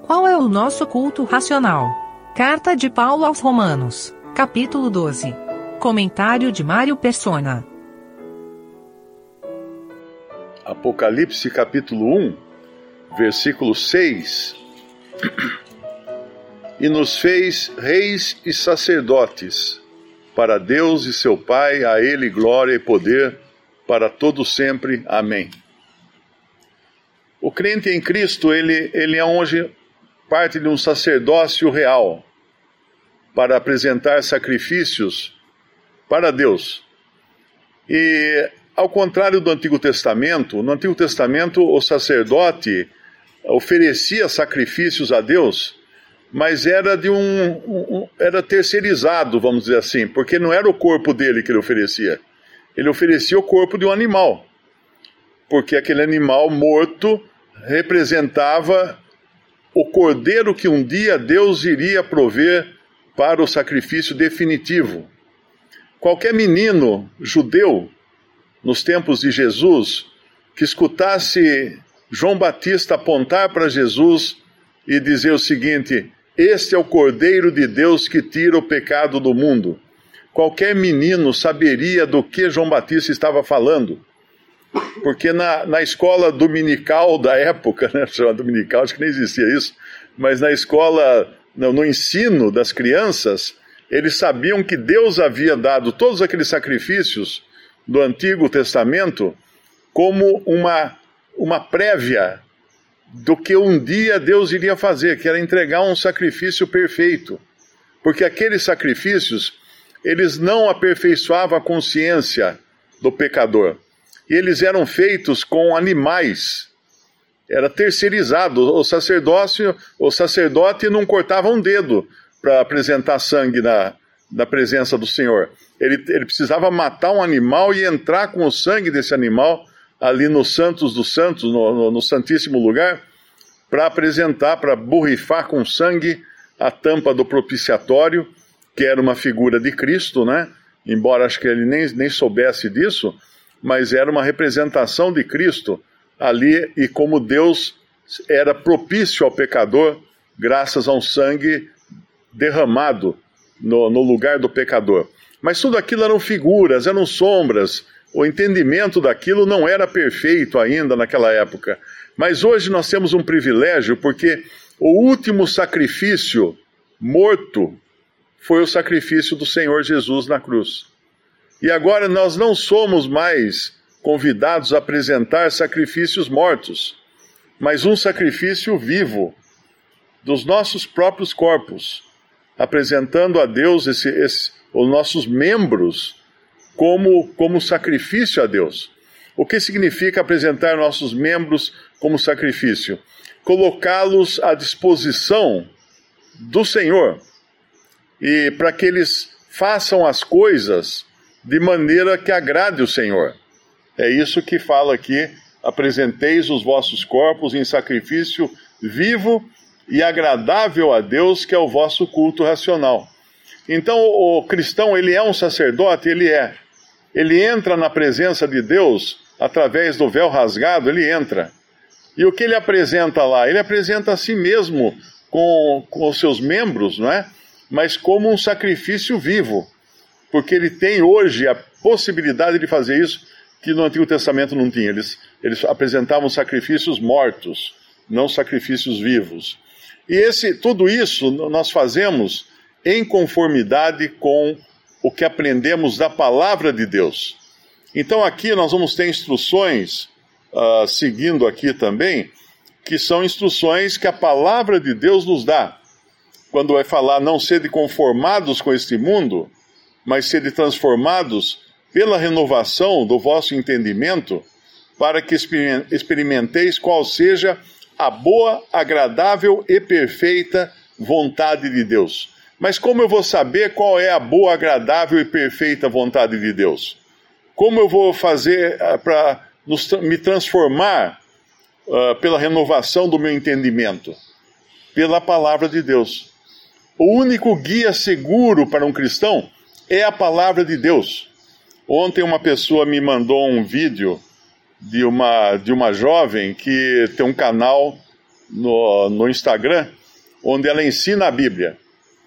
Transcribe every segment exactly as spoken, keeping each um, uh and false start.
Qual é o nosso culto racional? Carta de Paulo aos Romanos, capítulo doze. Comentário de Mário Persona. Apocalipse capítulo um, versículo seis. E nos fez reis e sacerdotes para Deus e seu Pai, a Ele glória e poder para todo sempre. Amém. O crente em Cristo, ele, ele é hoje parte de um sacerdócio real para apresentar sacrifícios para Deus. E ao contrário do Antigo Testamento, no Antigo Testamento o sacerdote oferecia sacrifícios a Deus, mas era de um, um era terceirizado, vamos dizer assim, porque não era o corpo dele que ele oferecia. Ele oferecia o corpo de um animal, porque aquele animal morto representava o cordeiro que um dia Deus iria prover para o sacrifício definitivo. Qualquer menino judeu, nos tempos de Jesus, que escutasse João Batista apontar para Jesus e dizer o seguinte: este é o Cordeiro de Deus que tira o pecado do mundo. Qualquer menino saberia do que João Batista estava falando. Porque na, na escola dominical da época, né, dominical, acho que nem existia isso, mas na escola, no, no ensino das crianças, eles sabiam que Deus havia dado todos aqueles sacrifícios do Antigo Testamento como uma, uma prévia do que um dia Deus iria fazer, que era entregar um sacrifício perfeito. Porque aqueles sacrifícios, eles não aperfeiçoavam a consciência do pecador. E eles eram feitos com animais. Era terceirizado. O sacerdócio, o sacerdote não cortava um dedo para apresentar sangue na, na presença do Senhor. Ele, ele precisava matar um animal e entrar com o sangue desse animal ali no Santos dos Santos, no, no, no Santíssimo Lugar, para apresentar, para borrifar com sangue a tampa do propiciatório, que era uma figura de Cristo, né? Embora acho que ele nem, nem soubesse disso, mas era uma representação de Cristo ali, e como Deus era propício ao pecador, graças a um sangue derramado no, no lugar do pecador. Mas tudo aquilo eram figuras, eram sombras. O entendimento daquilo não era perfeito ainda naquela época. Mas hoje nós temos um privilégio, porque o último sacrifício morto foi o sacrifício do Senhor Jesus na cruz. E agora nós não somos mais convidados a apresentar sacrifícios mortos, mas um sacrifício vivo dos nossos próprios corpos, apresentando a Deus esse, esse, os nossos membros como, como sacrifício a Deus. O que significa apresentar nossos membros como sacrifício? Colocá-los à disposição do Senhor, e para que eles façam as coisas de maneira que agrade o Senhor. É isso que fala aqui: apresenteis os vossos corpos em sacrifício vivo e agradável a Deus, que é o vosso culto racional. Então o cristão, ele é um sacerdote, ele é. Ele entra na presença de Deus através do véu rasgado, ele entra. E o que ele apresenta lá? Ele apresenta a si mesmo com, com os seus membros, não é? Mas como um sacrifício vivo. Porque ele tem hoje a possibilidade de fazer isso que no Antigo Testamento não tinha. Eles, eles apresentavam sacrifícios mortos, não sacrifícios vivos. E esse, tudo isso nós fazemos em conformidade com o que aprendemos da palavra de Deus. Então aqui nós vamos ter instruções, uh, seguindo aqui também, que são instruções que a palavra de Deus nos dá. Quando vai falar: não sede conformados com este mundo, mas sede transformados pela renovação do vosso entendimento, para que experimenteis qual seja a boa, agradável e perfeita vontade de Deus. Mas como eu vou saber qual é a boa, agradável e perfeita vontade de Deus? Como eu vou fazer uh, para me transformar uh, pela renovação do meu entendimento? Pela palavra de Deus. O único guia seguro para um cristão é a palavra de Deus. Ontem uma pessoa me mandou um vídeo de uma, de uma jovem que tem um canal no, no Instagram, onde ela ensina a Bíblia.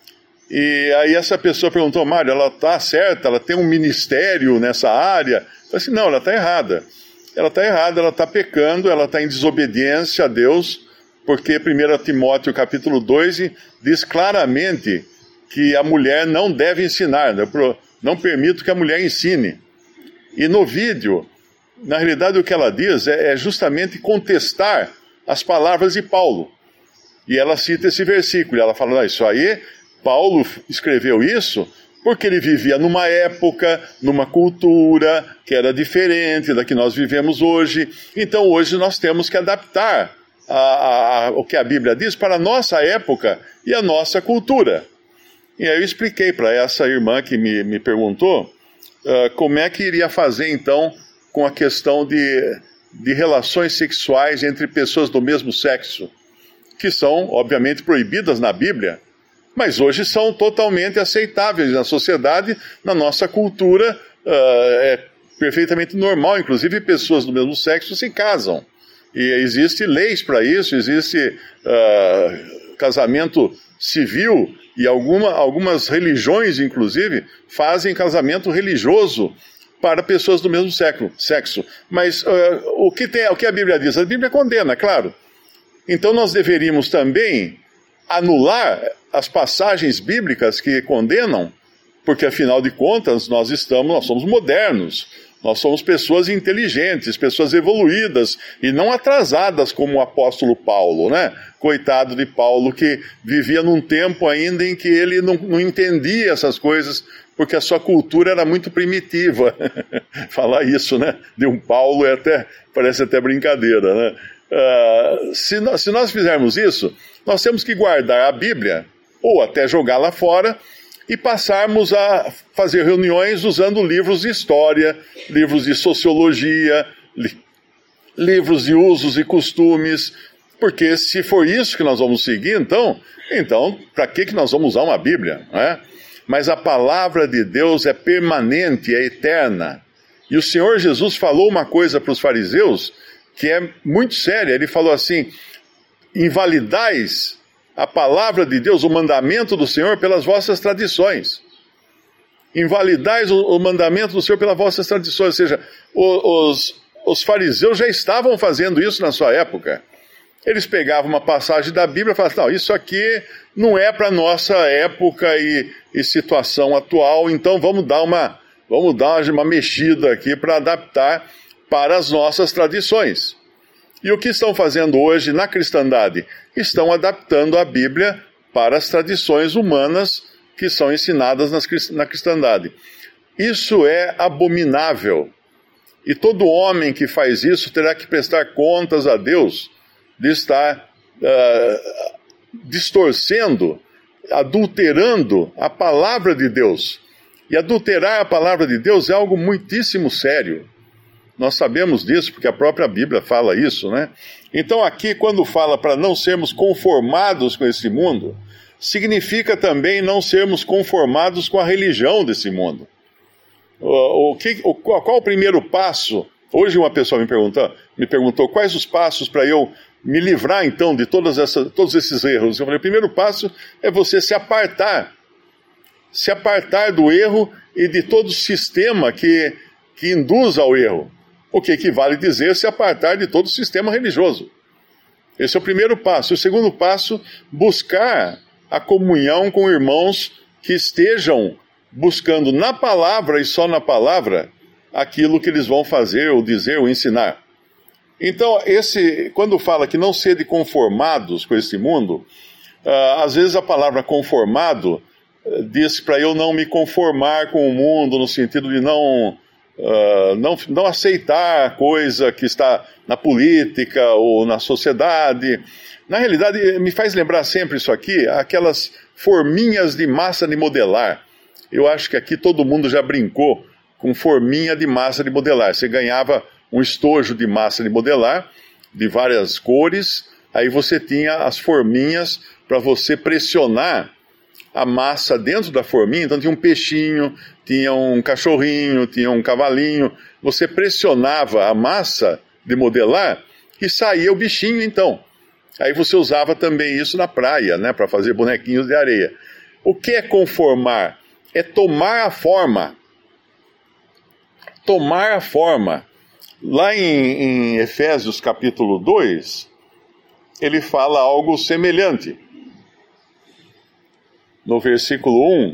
E aí essa pessoa perguntou, Mário, ela está certa? Ela tem um ministério nessa área? Eu falei assim, não, ela está errada. Ela está errada, ela está pecando, ela está em desobediência a Deus, porque primeiro Timóteo capítulo dois diz claramente que a mulher não deve ensinar, não permito que a mulher ensine. E no vídeo, na realidade o que ela diz é, é justamente contestar as palavras de Paulo. E ela cita esse versículo, ela fala, não, isso aí, Paulo escreveu isso porque ele vivia numa época, numa cultura que era diferente da que nós vivemos hoje. Então hoje nós temos que adaptar a, a, a, o que a Bíblia diz para a nossa época e a nossa cultura. E aí eu expliquei para essa irmã que me, me perguntou uh, como é que iria fazer então com a questão de, de relações sexuais entre pessoas do mesmo sexo, que são, obviamente, proibidas na Bíblia, mas hoje são totalmente aceitáveis na sociedade, na nossa cultura, uh, é perfeitamente normal, inclusive pessoas do mesmo sexo se casam. E existem leis para isso, existe uh, casamento civil, e alguma, algumas religiões, inclusive, fazem casamento religioso para pessoas do mesmo sexo. sexo. Mas uh, o, que tem, o que a Bíblia diz? A Bíblia condena, claro. Então nós deveríamos também anular as passagens bíblicas que condenam, porque afinal de contas nós estamos, nós somos modernos, nós somos pessoas inteligentes, pessoas evoluídas e não atrasadas como o apóstolo Paulo, né? Coitado de Paulo, que vivia num tempo ainda em que ele não, não entendia essas coisas, porque a sua cultura era muito primitiva. Falar isso, né, de um Paulo é até, parece até brincadeira, né? Uh, se, nós, se nós fizermos isso, nós temos que guardar a Bíblia, ou até jogá-la fora, e passarmos a fazer reuniões usando livros de história, livros de sociologia, li, livros de usos e costumes, porque se for isso que nós vamos seguir, então, então para que, que nós vamos usar uma Bíblia? Não é? Mas a palavra de Deus é permanente, é eterna. E o Senhor Jesus falou uma coisa para os fariseus que é muito séria. Ele falou assim, invalidais a palavra de Deus, o mandamento do Senhor pelas vossas tradições. Invalidais o, o mandamento do Senhor pelas vossas tradições. Ou seja, o, os, os fariseus já estavam fazendo isso na sua época. Eles pegavam uma passagem da Bíblia e falavam, não, isso aqui não é para a nossa época e, e situação atual, então vamos dar uma, vamos dar uma mexida aqui para adaptar para as nossas tradições. E o que estão fazendo hoje na cristandade? Estão adaptando a Bíblia para as tradições humanas que são ensinadas nas, na cristandade. Isso é abominável. E todo homem que faz isso terá que prestar contas a Deus de estar uh, distorcendo, adulterando a palavra de Deus. E adulterar a palavra de Deus é algo muitíssimo sério. Nós sabemos disso, porque a própria Bíblia fala isso, né? Então aqui, quando fala para não sermos conformados com esse mundo, significa também não sermos conformados com a religião desse mundo. O, o que, o, qual o primeiro passo? Hoje uma pessoa me perguntou, me perguntou quais os passos para eu me livrar, então, de todas essas, todos esses erros. Eu falei, o primeiro passo é você se apartar. Se apartar do erro e de todo sistema que, que induz ao erro. O que equivale dizer se apartar de todo o sistema religioso. Esse é o primeiro passo. O segundo passo, buscar a comunhão com irmãos que estejam buscando na palavra e só na palavra aquilo que eles vão fazer, ou dizer, ou ensinar. Então, esse, quando fala que não sede conformados com este mundo, uh, às vezes a palavra conformado uh, diz para eu não me conformar com o mundo, no sentido de não... Uh, não, não aceitar coisa que está na política ou na sociedade. Na realidade, me faz lembrar sempre isso aqui, aquelas forminhas de massa de modelar. Eu acho que aqui todo mundo já brincou com forminha de massa de modelar. Você ganhava um estojo de massa de modelar, de várias cores, aí você tinha as forminhas para você pressionar a massa dentro da forminha, então tinha um peixinho, tinha um cachorrinho, tinha um cavalinho, você pressionava a massa de modelar e saía o bichinho então. Aí você usava também isso na praia, né, para fazer bonequinhos de areia. O que é conformar? É tomar a forma. Tomar a forma. Lá em, em Efésios capítulo dois, ele fala algo semelhante. No versículo um,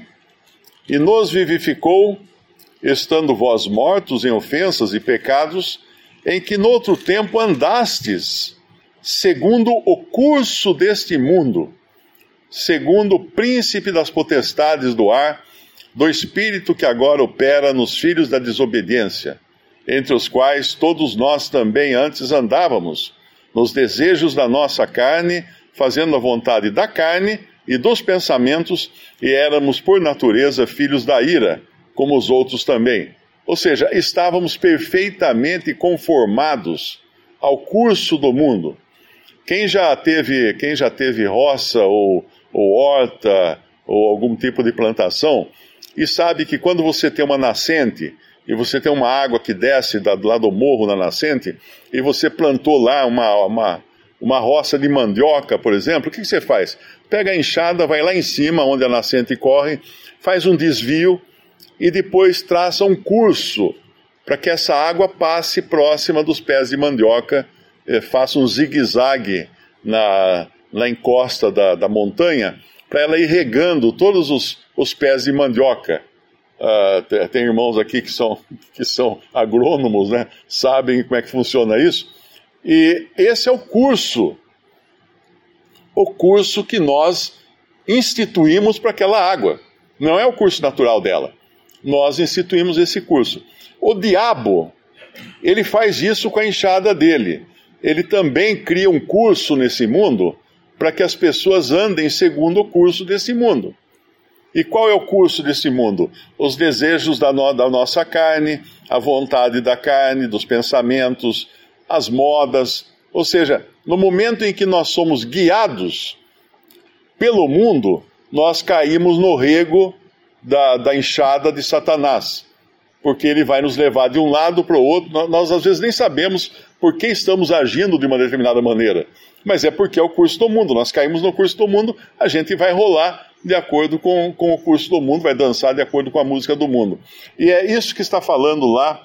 e nos vivificou, estando vós mortos em ofensas e pecados, em que noutro tempo andastes, segundo o curso deste mundo, segundo o príncipe das potestades do ar, do espírito que agora opera nos filhos da desobediência, entre os quais todos nós também antes andávamos, nos desejos da nossa carne, fazendo a vontade da carne e dos pensamentos, e éramos por natureza filhos da ira, como os outros também. Ou seja, estávamos perfeitamente conformados ao curso do mundo. Quem já teve, quem já teve roça ou, ou horta ou algum tipo de plantação, e sabe que quando você tem uma nascente, e você tem uma água que desce do lado do morro na nascente, e você plantou lá uma, uma, uma roça de mandioca, por exemplo, o que, que você faz? Pega a enxada, vai lá em cima, onde a nascente corre, faz um desvio, e depois traça um curso para que essa água passe próxima dos pés de mandioca, eh, faça um zigue-zague na, na encosta da, da montanha, para ela ir regando todos os, os pés de mandioca. Uh, tem irmãos aqui que são, que são agrônomos, né? Sabem como é que funciona isso. E esse é o curso, o curso que nós instituímos para aquela água. Não é o curso natural dela. Nós instituímos esse curso. O diabo, ele faz isso com a enxada dele. Ele também cria um curso nesse mundo para que as pessoas andem segundo o curso desse mundo. E qual é o curso desse mundo? Os desejos da, no, da nossa carne, a vontade da carne, dos pensamentos, as modas. Ou seja, no momento em que nós somos guiados pelo mundo, nós caímos no rego da, da enxada de Satanás. Porque ele vai nos levar de um lado para o outro. Nós, nós às vezes nem sabemos por que estamos agindo de uma determinada maneira. Mas é porque é o curso do mundo. Nós caímos no curso do mundo, a gente vai rolar de acordo com, com o curso do mundo, vai dançar de acordo com a música do mundo. E é isso que está falando lá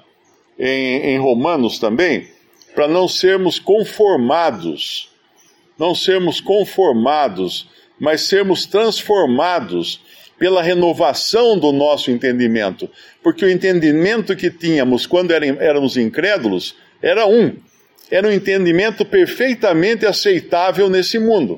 em, em Romanos também, para não sermos conformados, não sermos conformados, mas sermos transformados pela renovação do nosso entendimento. Porque o entendimento que tínhamos quando éramos incrédulos era um, era um entendimento perfeitamente aceitável nesse mundo.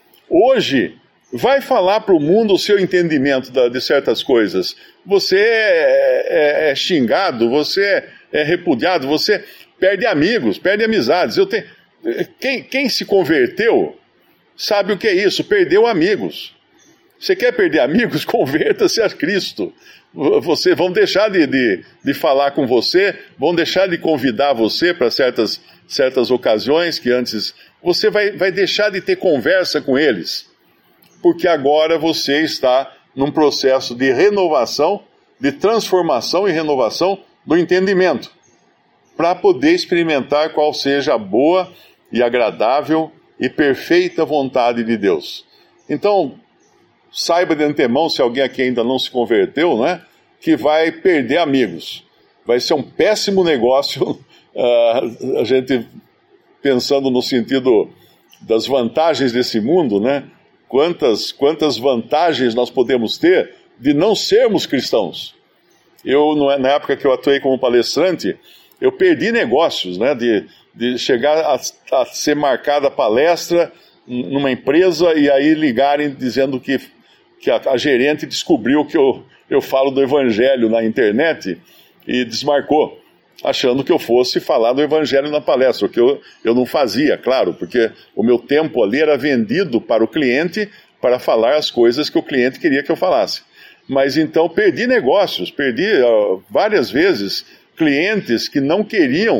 Hoje, vai falar para o mundo o seu entendimento da, de certas coisas. Você é, é, é xingado, você é repudiado, você perde amigos, perde amizades. Eu tenho, quem, quem se converteu sabe o que é isso, perdeu amigos. Você quer perder amigos? Converta-se a Cristo. Você, vão deixar de, de, de falar com você, vão deixar de convidar você para certas, certas ocasiões que antes... Você vai, vai deixar de ter conversa com eles. Porque agora você está num processo de renovação, de transformação e renovação do entendimento, para poder experimentar qual seja a boa e agradável e perfeita vontade de Deus. Então, saiba de antemão, se alguém aqui ainda não se converteu, né, que vai perder amigos. Vai ser um péssimo negócio, uh, a gente pensando no sentido das vantagens desse mundo, né? Quantas, quantas vantagens nós podemos ter de não sermos cristãos. Eu, na época que eu atuei como palestrante, eu perdi negócios, né, de, de chegar a, a ser marcada palestra numa empresa e aí ligarem dizendo que, que a, a gerente descobriu que eu, eu falo do evangelho na internet e desmarcou, achando que eu fosse falar do evangelho na palestra, o que eu, eu não fazia, claro, porque o meu tempo ali era vendido para o cliente para falar as coisas que o cliente queria que eu falasse. Mas então perdi negócios, perdi uh, várias vezes clientes que não queriam,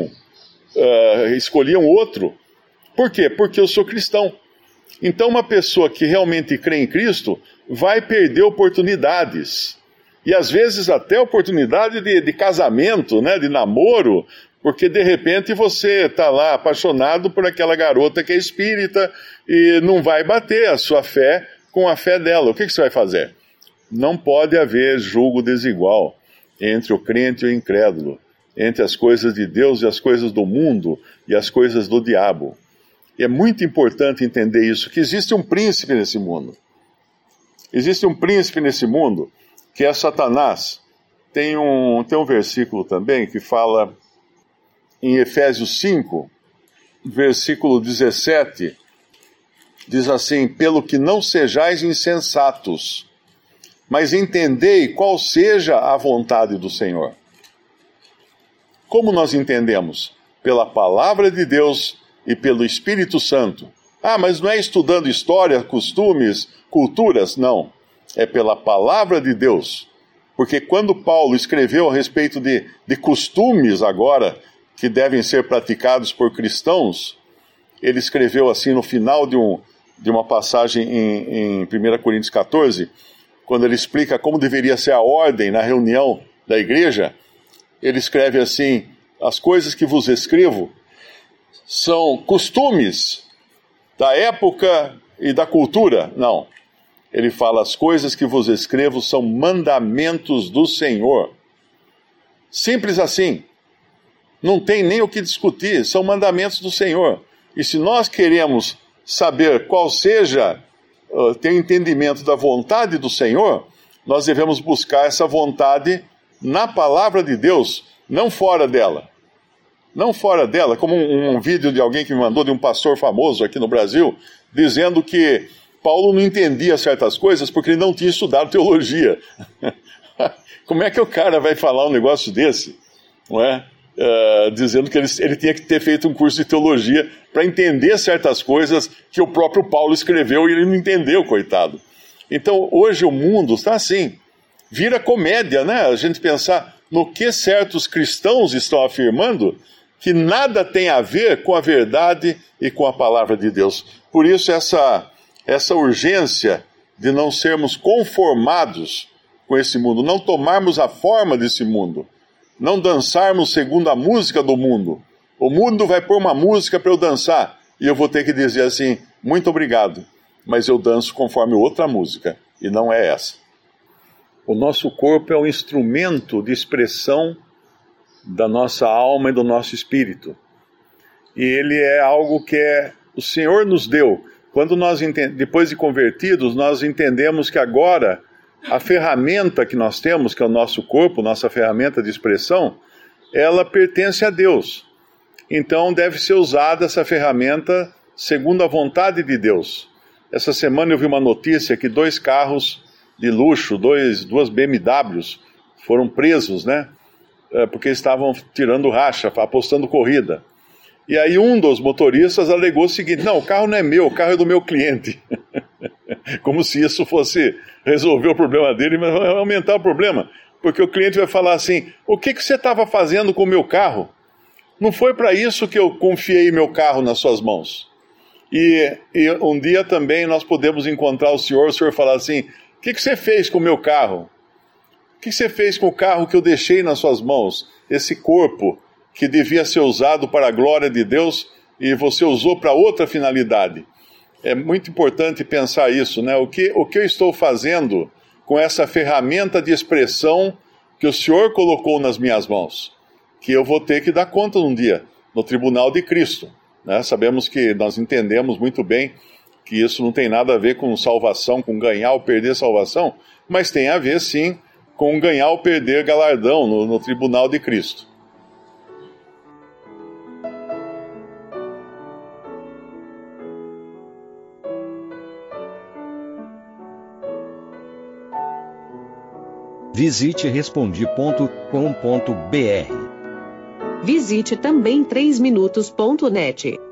uh, escolhiam outro. Por quê? Porque eu sou cristão. Então uma pessoa que realmente crê em Cristo vai perder oportunidades. E às vezes até oportunidade de, de casamento, né, de namoro, Porque de repente você está lá apaixonado por aquela garota que é espírita e não vai bater a sua fé com a fé dela. O que, que você vai fazer? Não pode haver julgo desigual entre o crente e o incrédulo, entre as coisas de Deus e as coisas do mundo e as coisas do diabo. E é muito importante entender isso, que existe um príncipe nesse mundo. Existe um príncipe nesse mundo, que é Satanás. Tem um, tem um versículo também que fala em Efésios cinco, versículo dezessete, diz assim: pelo que não sejais insensatos, mas entendei qual seja a vontade do Senhor. Como nós entendemos? Pela palavra de Deus e pelo Espírito Santo. Ah, mas não é estudando história, costumes, culturas? Não. É pela palavra de Deus. Porque quando Paulo escreveu a respeito de, de costumes agora, que devem ser praticados por cristãos, ele escreveu assim no final de, um, de uma passagem em, em primeira Coríntios catorze, quando ele explica como deveria ser a ordem na reunião da igreja, ele escreve assim: as coisas que vos escrevo são costumes da época e da cultura. Não. Ele fala: as coisas que vos escrevo são mandamentos do Senhor. Simples assim. Não tem nem o que discutir, são mandamentos do Senhor. E se nós queremos saber qual seja, uh, ter entendimento da vontade do Senhor, nós devemos buscar essa vontade na palavra de Deus, não fora dela. Não fora dela, como um, um vídeo de alguém que me mandou, de um pastor famoso aqui no Brasil, dizendo que Paulo não entendia certas coisas porque ele não tinha estudado teologia. Como é que o cara vai falar um negócio desse? Não é? Uh, dizendo que ele, ele tinha que ter feito um curso de teologia para entender certas coisas que o próprio Paulo escreveu e ele não entendeu, coitado. Então, hoje o mundo está assim. Vira comédia, né? A gente pensar no que certos cristãos estão afirmando que nada tem a ver com a verdade e com a palavra de Deus. Por isso, essa, essa urgência de não sermos conformados com esse mundo, não tomarmos a forma desse mundo, não dançarmos segundo a música do mundo. O mundo vai pôr uma música para eu dançar, e eu vou ter que dizer assim: muito obrigado, mas eu danço conforme outra música, e não é essa. O nosso corpo é um instrumento de expressão da nossa alma e do nosso espírito. E ele é algo que é, o Senhor nos deu. Quando nós, depois de convertidos, nós entendemos que agora a ferramenta que nós temos, que é o nosso corpo, nossa ferramenta de expressão, ela pertence a Deus. Então deve ser usada essa ferramenta segundo a vontade de Deus. Essa semana eu vi uma notícia que dois carros de luxo, dois, duas B M Ws, foram presos, né? Porque estavam tirando racha, apostando corrida. E aí um dos motoristas alegou o seguinte: não, o carro não é meu, o carro é do meu cliente. Como se isso fosse resolver o problema dele, mas vai aumentar o problema. Porque o cliente vai falar assim: o que, que você estava fazendo com o meu carro? Não foi para isso que eu confiei meu carro nas suas mãos. E, e um dia também nós podemos encontrar o senhor, o senhor falar assim: o que, que você fez com o meu carro? O que, que você fez com o carro que eu deixei nas suas mãos? Esse corpo que devia ser usado para a glória de Deus e você usou para outra finalidade. É muito importante pensar isso, né? O que, o que eu estou fazendo com essa ferramenta de expressão que o Senhor colocou nas minhas mãos? Que eu vou ter que dar conta um dia, no tribunal de Cristo, né? Sabemos que nós entendemos muito bem que isso não tem nada a ver com salvação, com ganhar ou perder salvação, mas tem a ver sim com ganhar ou perder galardão no, no tribunal de Cristo. Visite respondi ponto com ponto br. Visite também três minutos ponto net.